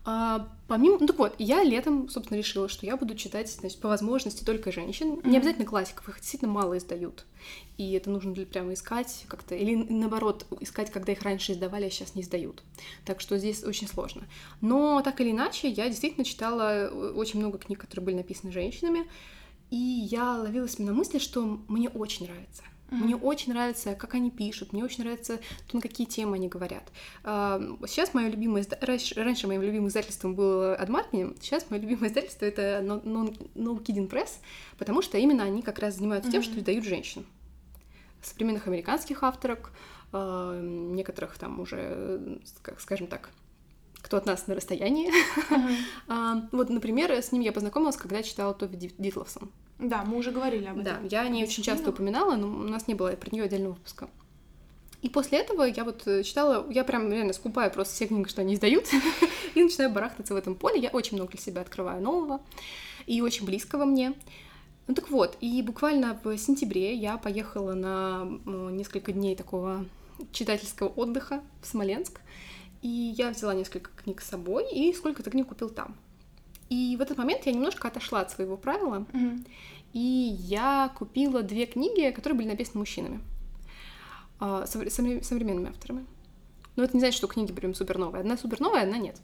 Помимо... Ну так вот, я летом, собственно, решила, что я буду читать, значит, по возможности только женщин. Не обязательно классиков, их действительно мало издают. И это нужно прямо искать как-то. Или наоборот, искать, когда их раньше издавали, а сейчас не издают. Так что здесь очень сложно. Но так или иначе, я действительно читала очень много книг, которые были написаны женщинами. И я ловилась на мысли, что мне очень нравится. Мне очень нравится, как они пишут, мне очень нравится то, на какие темы они говорят. Сейчас мое любимое раньше моим любимым издательством было Адмаркини, сейчас мое любимое издательство — это No Kidding Press, потому что именно они как раз занимаются тем, что издают женщин. Современных американских авторок, некоторых там уже, скажем так, кто от нас на расстоянии. Вот, например, с ним я познакомилась, когда читала Тови Дитловсон. Да, мы уже говорили об этом. Да, я о ней очень часто упоминала, но у нас не было про нее отдельного выпуска. И после этого я вот читала, я прям реально скупаю просто все книги, что они издают, и начинаю барахтаться в этом поле. Я очень много для себя открываю нового и очень близкого мне. Ну так вот, и буквально в сентябре я поехала на несколько дней такого читательского отдыха в Смоленск, и я взяла несколько книг с собой, и сколько-то книг купил там. И в этот момент я немножко отошла от своего правила, и я купила 2 книги, которые были написаны мужчинами, современными авторами. Но это не значит, что книги прям суперновые. Одна суперновая, одна нет.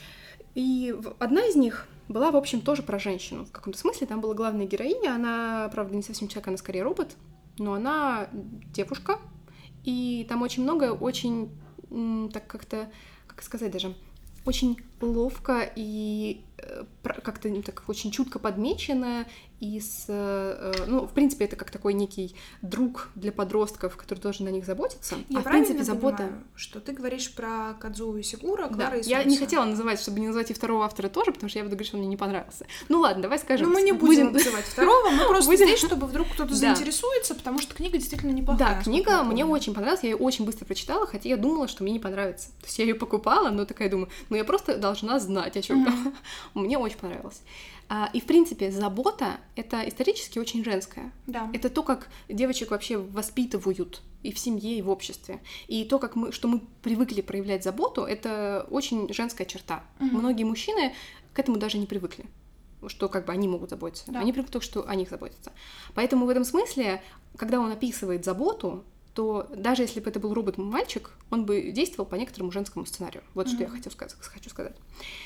И одна из них была, в общем, тоже про женщину. В каком-то смысле там была главная героиня. Она, правда, не совсем человек, она скорее робот, но она девушка. И там очень много, очень так как-то, как сказать даже, очень ловко и как-то так очень чутко подмеченная, и ну, в принципе, это как такой некий друг для подростков, который должен на них заботиться. Я в принципе, забота... понимаю, что ты говоришь про Кадзуо Исигуро, Клара и Солнце. Я не хотела называть, чтобы не называть и второго автора тоже, потому что я буду говорить, что он мне не понравился. Ну ладно, давай скажем. Ну мы не будем называть второго, мы просто здесь, чтобы вдруг кто-то заинтересуется, потому что книга действительно неплохая. Да, книга мне очень понравилась, я ее очень быстро прочитала, хотя я думала, что мне не понравится. То есть я ее покупала, но такая думаю, ну я просто должна знать, о чем там. Мне очень понравилось. И, в принципе, забота — это исторически очень женское. Да. Это то, как девочек вообще воспитывают и в семье, и в обществе. И то, что мы привыкли проявлять заботу, это очень женская черта. Многие мужчины к этому даже не привыкли, что как бы они могут заботиться. Да. Они привыкли только, что о них заботятся. Поэтому в этом смысле, когда он описывает заботу, то даже если бы это был робот-мальчик, он бы действовал по некоторому женскому сценарию. Вот что я хочу сказать.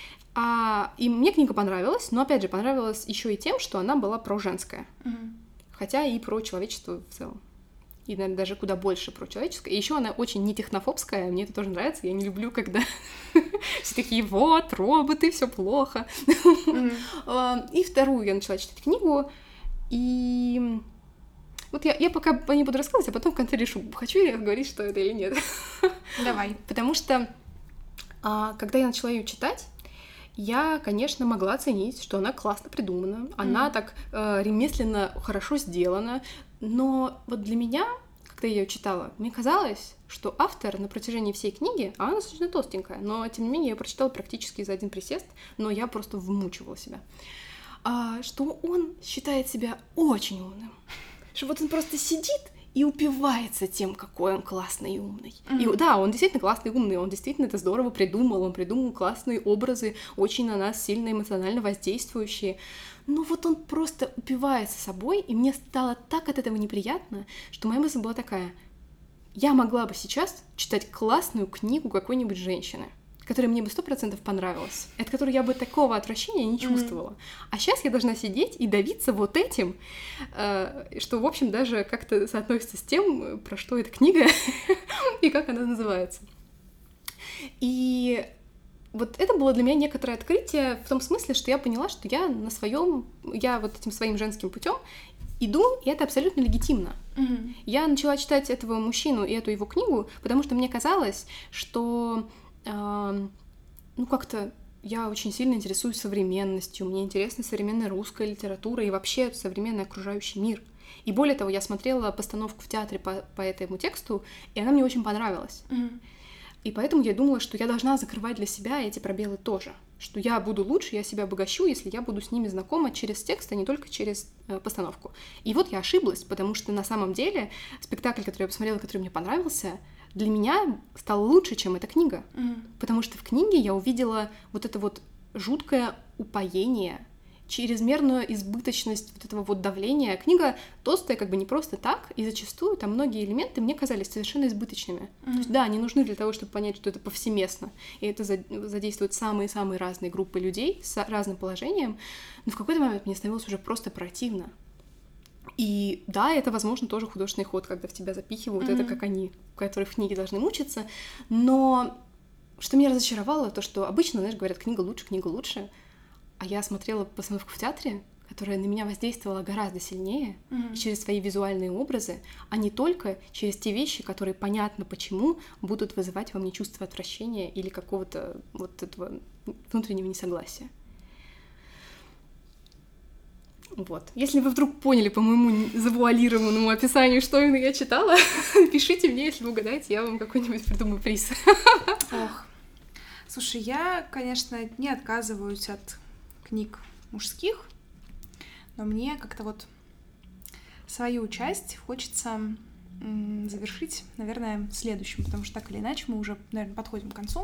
И мне книга понравилась, но, опять же, понравилась еще и тем, что она была про женское. Хотя и про человечество в целом. И, наверное, даже куда больше про человеческое. И еще она очень не технофобская, мне это тоже нравится. Я не люблю, когда все такие, вот, роботы, все плохо. И вторую я начала читать книгу, и... Вот я пока не буду рассказывать, а потом в конце решу, хочу я говорить, что это или нет. Давай. Потому что, когда я начала ее читать, я, конечно, могла оценить, что она классно придумана, она так ремесленно хорошо сделана, но вот для меня, когда я ее читала, мне казалось, что автор на протяжении всей книги, она достаточно толстенькая, но, тем не менее, я ее прочитала практически за один присест, но я просто вмучивала себя, что он считает себя очень умным, что вот он просто сидит и упивается тем, какой он классный и умный. И да, он действительно классный и умный, он действительно это здорово придумал, он придумал классные образы, очень на нас сильно эмоционально воздействующие. Но вот он просто упивается собой, и мне стало так от этого неприятно, что моя мысль была такая: я могла бы сейчас читать классную книгу какой-нибудь женщины, которая мне бы 100% понравилась, от которой я бы такого отвращения не чувствовала. А сейчас я должна сидеть и давиться вот этим, что, в общем, даже как-то соотносится с тем, про что эта книга и как она называется. И вот это было для меня некоторое открытие в том смысле, что я поняла, что я вот этим своим женским путем иду, и это абсолютно легитимно. Я начала читать этого мужчину и эту его книгу, потому что мне казалось, что как-то я очень сильно интересуюсь современностью, мне интересна современная русская литература и вообще современный окружающий мир. И более того, я смотрела постановку в театре по этому тексту, и она мне очень понравилась. И поэтому я думала, что я должна закрывать для себя эти пробелы тоже, что я буду лучше, я себя обогащу, если я буду с ними знакома через текст, а не только через постановку. И вот я ошиблась, потому что на самом деле спектакль, который я посмотрела, который мне понравился, для меня стал лучше, чем эта книга. Потому что в книге я увидела вот это вот жуткое упоение, чрезмерную избыточность вот этого вот давления. Книга толстая как бы не просто так, и зачастую там многие элементы мне казались совершенно избыточными. То есть, да, они нужны для того, чтобы понять, что это повсеместно, и это задействует самые-самые разные группы людей с разным положением, но в какой-то момент мне становилось уже просто противно. И да, это, возможно, тоже художественный ход, когда в тебя запихивают это, как они, которые в книге должны мучиться, но что меня разочаровало, то, что обычно, знаешь, говорят, книга лучше, а я смотрела постановку в театре, которая на меня воздействовала гораздо сильнее через свои визуальные образы, а не только через те вещи, которые понятно почему будут вызывать во мне чувство отвращения или какого-то вот этого внутреннего несогласия. Вот. Если вы вдруг поняли по моему завуалированному описанию, что именно я читала, пишите мне, если вы угадаете, я вам какой-нибудь придумаю приз. Ох. Слушай, я, конечно, не отказываюсь от книг мужских, но мне как-то вот свою часть хочется завершить, наверное, следующим, потому что так или иначе мы уже, наверное, подходим к концу.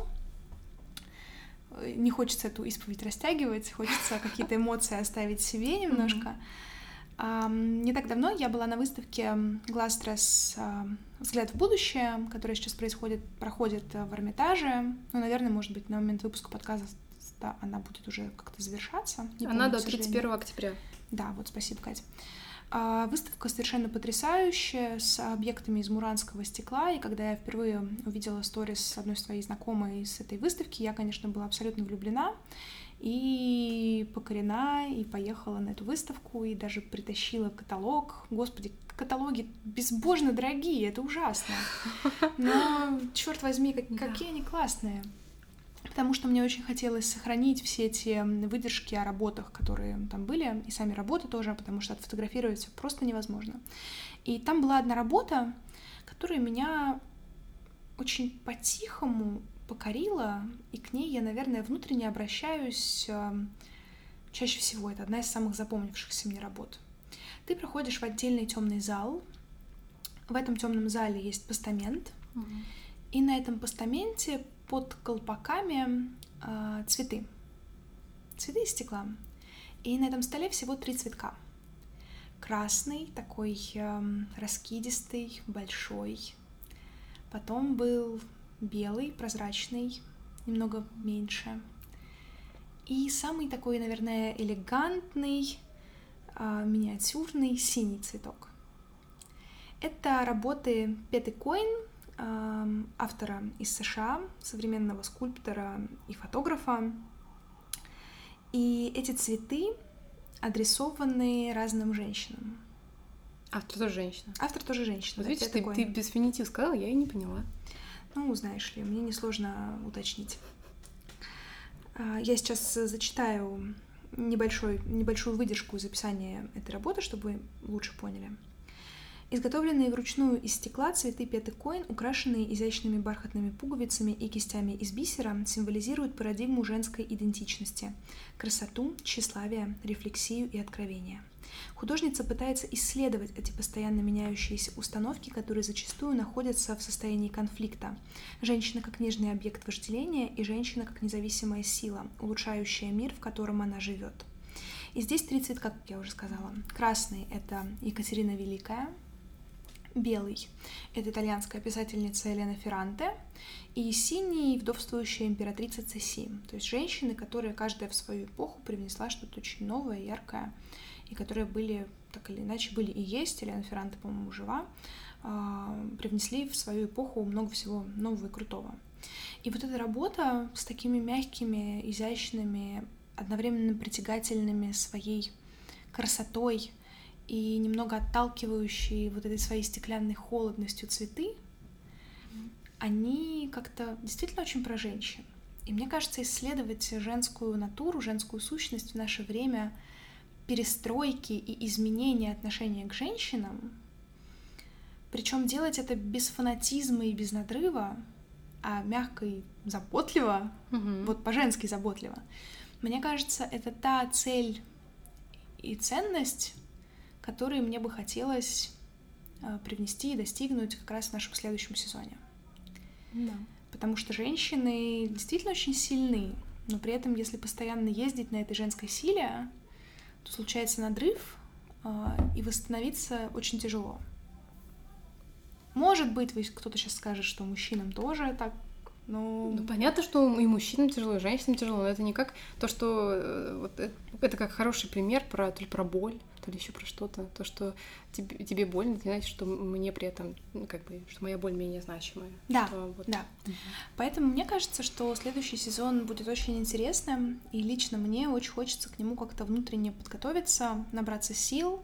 Не хочется эту исповедь растягивать, хочется какие-то эмоции оставить себе немножко. Не так давно я была на выставке «Гластресс. Взгляд в будущее», которая сейчас проходит в Эрмитаже. Ну, наверное, может быть, на момент выпуска подкаста она будет уже как-то завершаться. Она до 31 октября. Да, вот спасибо, Кать. Выставка совершенно потрясающая, с объектами из муранского стекла, и когда я впервые увидела сторис одной своей знакомой с этой выставки, я, конечно, была абсолютно влюблена и покорена, и поехала на эту выставку, и даже притащила каталог. Господи, каталоги безбожно дорогие, это ужасно. Но, черт возьми, какие они классные. Потому что мне очень хотелось сохранить все эти выдержки о работах, которые там были, и сами работы тоже, потому что отфотографировать всё просто невозможно. И там была одна работа, которая меня очень по-тихому покорила, и к ней я, наверное, внутренне обращаюсь чаще всего. Это одна из самых запомнившихся мне работ. Ты проходишь в отдельный темный зал. В этом темном зале есть постамент, и на этом постаменте под колпаками цветы из стекла. И на этом столе всего 3 цветка. Красный, такой раскидистый, большой. Потом был белый, прозрачный, немного меньше. И самый такой, наверное, элегантный, миниатюрный синий цветок. Это работы Петы Койн, автора из США, современного скульптора и фотографа. И эти цветы адресованы разным женщинам. Автор тоже женщина. Автор тоже женщина. Вот видишь, ты без феминитива сказала, я и не поняла. Ну, знаешь ли, мне несложно уточнить. Я сейчас зачитаю небольшую выдержку из описания этой работы, чтобы лучше поняли. Изготовленные вручную из стекла цветы Петы Койн, украшенные изящными бархатными пуговицами и кистями из бисера, символизируют парадигму женской идентичности — красоту, тщеславие, рефлексию и откровение. Художница пытается исследовать эти постоянно меняющиеся установки, которые зачастую находятся в состоянии конфликта. Женщина как нежный объект вожделения и женщина как независимая сила, улучшающая мир, в котором она живет. И здесь 3 цветка, как я уже сказала. Красный — это Екатерина Великая. Белый — это итальянская писательница Елена Ферранте, и синий — вдовствующая императрица Цеси, то есть женщины, которые каждая в свою эпоху привнесла что-то очень новое, яркое, и которые были, так или иначе, были и есть, Елена Ферранте, по-моему, жива, привнесли в свою эпоху много всего нового и крутого. И вот эта работа с такими мягкими, изящными, одновременно притягательными своей красотой и немного отталкивающие вот этой своей стеклянной холодностью цветы, они как-то действительно очень про женщин. И мне кажется, исследовать женскую натуру, женскую сущность в наше время перестройки и изменения отношения к женщинам, причем делать это без фанатизма и без надрыва, а мягко и заботливо, вот по-женски заботливо, мне кажется, это та цель и ценность, которые мне бы хотелось привнести и достигнуть как раз в нашем следующем сезоне. Да. Потому что женщины действительно очень сильны. но при этом, если постоянно ездить на этой женской силе, то случается надрыв, и восстановиться очень тяжело. Может быть, кто-то сейчас скажет, что мужчинам тоже так, но... Ну, понятно, что и мужчинам тяжело, и женщинам тяжело, но это не как то, что... Вот это как хороший пример то ли про боль, то ли еще про что-то. То, что тебе больно, это не значит, что мне при этом, что моя боль менее значимая. Да, вот. да. Поэтому мне кажется, что следующий сезон будет очень интересным, и лично мне очень хочется к нему как-то внутренне подготовиться, набраться сил,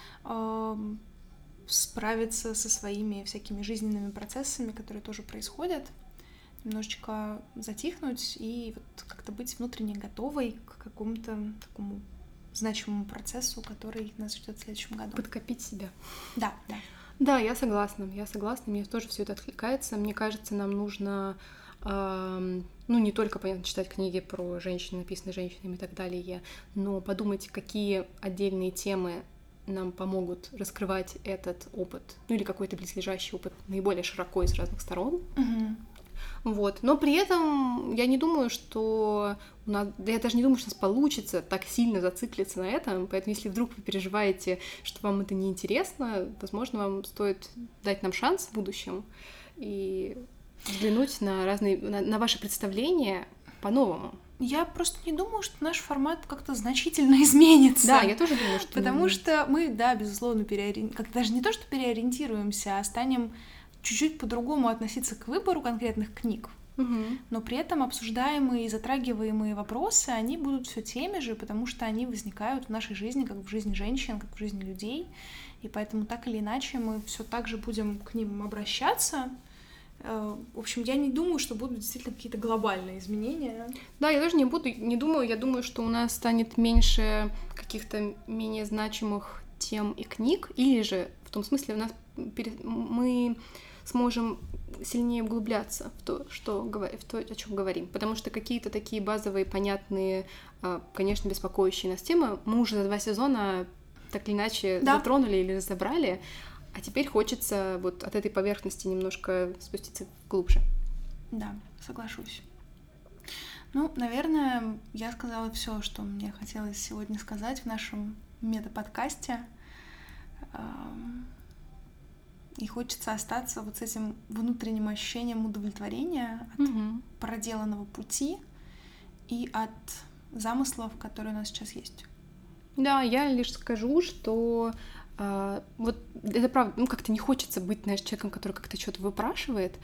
справиться со своими всякими жизненными процессами, которые тоже происходят, немножечко затихнуть и вот как-то быть внутренне готовой к какому-то такому значимому процессу, который нас ждет в следующем году. Подкопить себя. Да. Да, я согласна, мне тоже все это откликается. Мне кажется, нам нужно, не только, понятно, читать книги про женщин, написанные женщинами и так далее, но подумать, какие отдельные темы нам помогут раскрывать этот опыт, или какой-то близлежащий опыт наиболее широко из разных сторон. Вот. Но при этом я не думаю, что я даже не думаю, что у нас получится так сильно зациклиться на этом, поэтому если вдруг вы переживаете, что вам это неинтересно, возможно, вам стоит дать нам шанс в будущем и взглянуть на ваши представления по-новому. Я просто не думаю, что наш формат как-то значительно изменится. Да, я тоже думаю, что... Потому что мы, да, безусловно, даже не то, что переориентируемся, а станем чуть-чуть по-другому относиться к выбору конкретных книг. Но при этом обсуждаемые и затрагиваемые вопросы, они будут все теми же, потому что они возникают в нашей жизни, как в жизни женщин, как в жизни людей. И поэтому так или иначе мы все так же будем к ним обращаться. В общем, я не думаю, что будут действительно какие-то глобальные изменения. Да, я тоже не думаю. Я думаю, что у нас станет меньше каких-то менее значимых тем и книг, или же в том смысле мы сможем сильнее углубляться в то, о чем говорим. Потому что какие-то такие базовые, понятные, конечно, беспокоящие нас темы мы уже за 2 сезона так или иначе затронули или разобрали, а теперь хочется вот от этой поверхности немножко спуститься глубже. Да, соглашусь. Ну, наверное, я сказала все, что мне хотелось сегодня сказать в нашем мета-подкасте. И хочется остаться вот с этим внутренним ощущением удовлетворения от проделанного пути и от замыслов, которые у нас сейчас есть. Да, я лишь скажу, что вот это правда, как-то не хочется быть, человеком, который как-то что-то выпрашивает,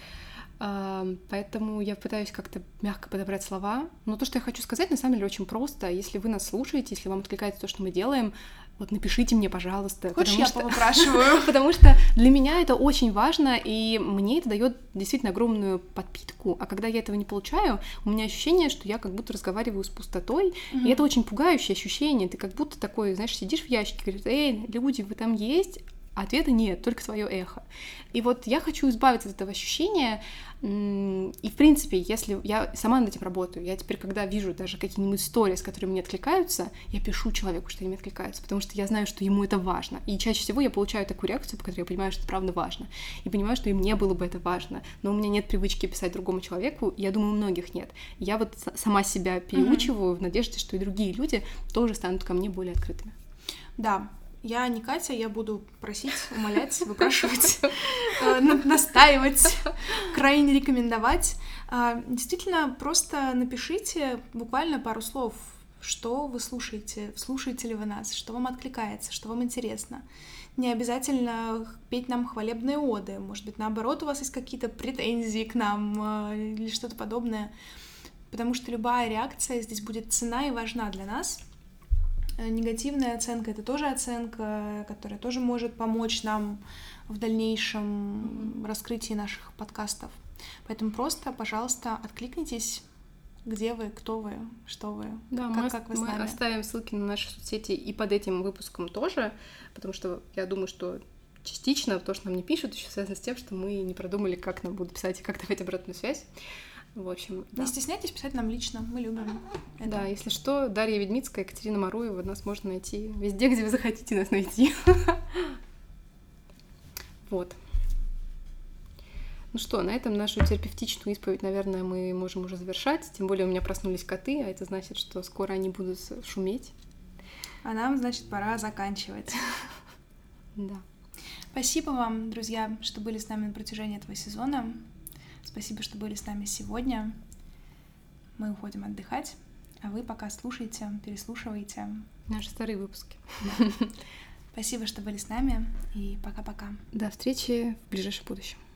поэтому я пытаюсь как-то мягко подобрать слова. Но то, что я хочу сказать, на самом деле очень просто. Если вы нас слушаете, если вам откликается то, что мы делаем, вот напишите мне, пожалуйста. Хочешь, я повыпрашиваю? Потому что для меня это очень важно, и мне это дает действительно огромную подпитку, а когда я этого не получаю, у меня ощущение, что я как будто разговариваю с пустотой, и это очень пугающее ощущение. Ты как будто такой, знаешь, сидишь в ящике, говоришь: «Эй, люди, вы там есть?» А ответа нет, только твое эхо. И вот я хочу избавиться от этого ощущения, и, в принципе, если я сама над этим работаю, я теперь, когда вижу даже какие-нибудь сторис, которые мне откликаются, я пишу человеку, что они мне откликаются, потому что я знаю, что ему это важно. И чаще всего я получаю такую реакцию, по которой я понимаю, что это правда важно. И понимаю, что и мне было бы это важно. Но у меня нет привычки писать другому человеку, и я думаю, у многих нет. И я вот сама себя переучиваю в надежде, что и другие люди тоже станут ко мне более открытыми. Да. Я не Катя, я буду просить, умолять, выпрашивать, настаивать, крайне рекомендовать. Действительно, просто напишите буквально пару слов, что вы слушаете, слушаете ли вы нас, что вам откликается, что вам интересно. Не обязательно петь нам хвалебные оды, может быть, наоборот, у вас есть какие-то претензии к нам или что-то подобное, потому что любая реакция здесь будет ценна и важна для нас. Негативная оценка — это тоже оценка, которая тоже может помочь нам в дальнейшем раскрытии наших подкастов. Поэтому просто, пожалуйста, откликнитесь, где вы, кто вы, что вы, да, как вы с нами. Мы оставим ссылки на наши соцсети и под этим выпуском тоже, потому что я думаю, что частично то, что нам не пишут, еще связано с тем, что мы не продумали, как нам будут писать и как давать обратную связь. В общем, да. Не стесняйтесь писать нам лично, мы любим это. Да, если что, Дарья Ведьмицкая, Екатерина Маруева, нас можно найти везде, где вы захотите нас найти. Вот. Ну что, на этом нашу терапевтичную исповедь, наверное, мы можем уже завершать. Тем более у меня проснулись коты, а это значит, что скоро они будут шуметь. А нам, значит, пора заканчивать. Да. Спасибо вам, друзья, что были с нами на протяжении этого сезона. Спасибо, что были с нами сегодня. Мы уходим отдыхать, а вы пока слушайте, переслушивайте Наши старые выпуски. Спасибо, что были с нами, и пока-пока. До встречи в ближайшем будущем.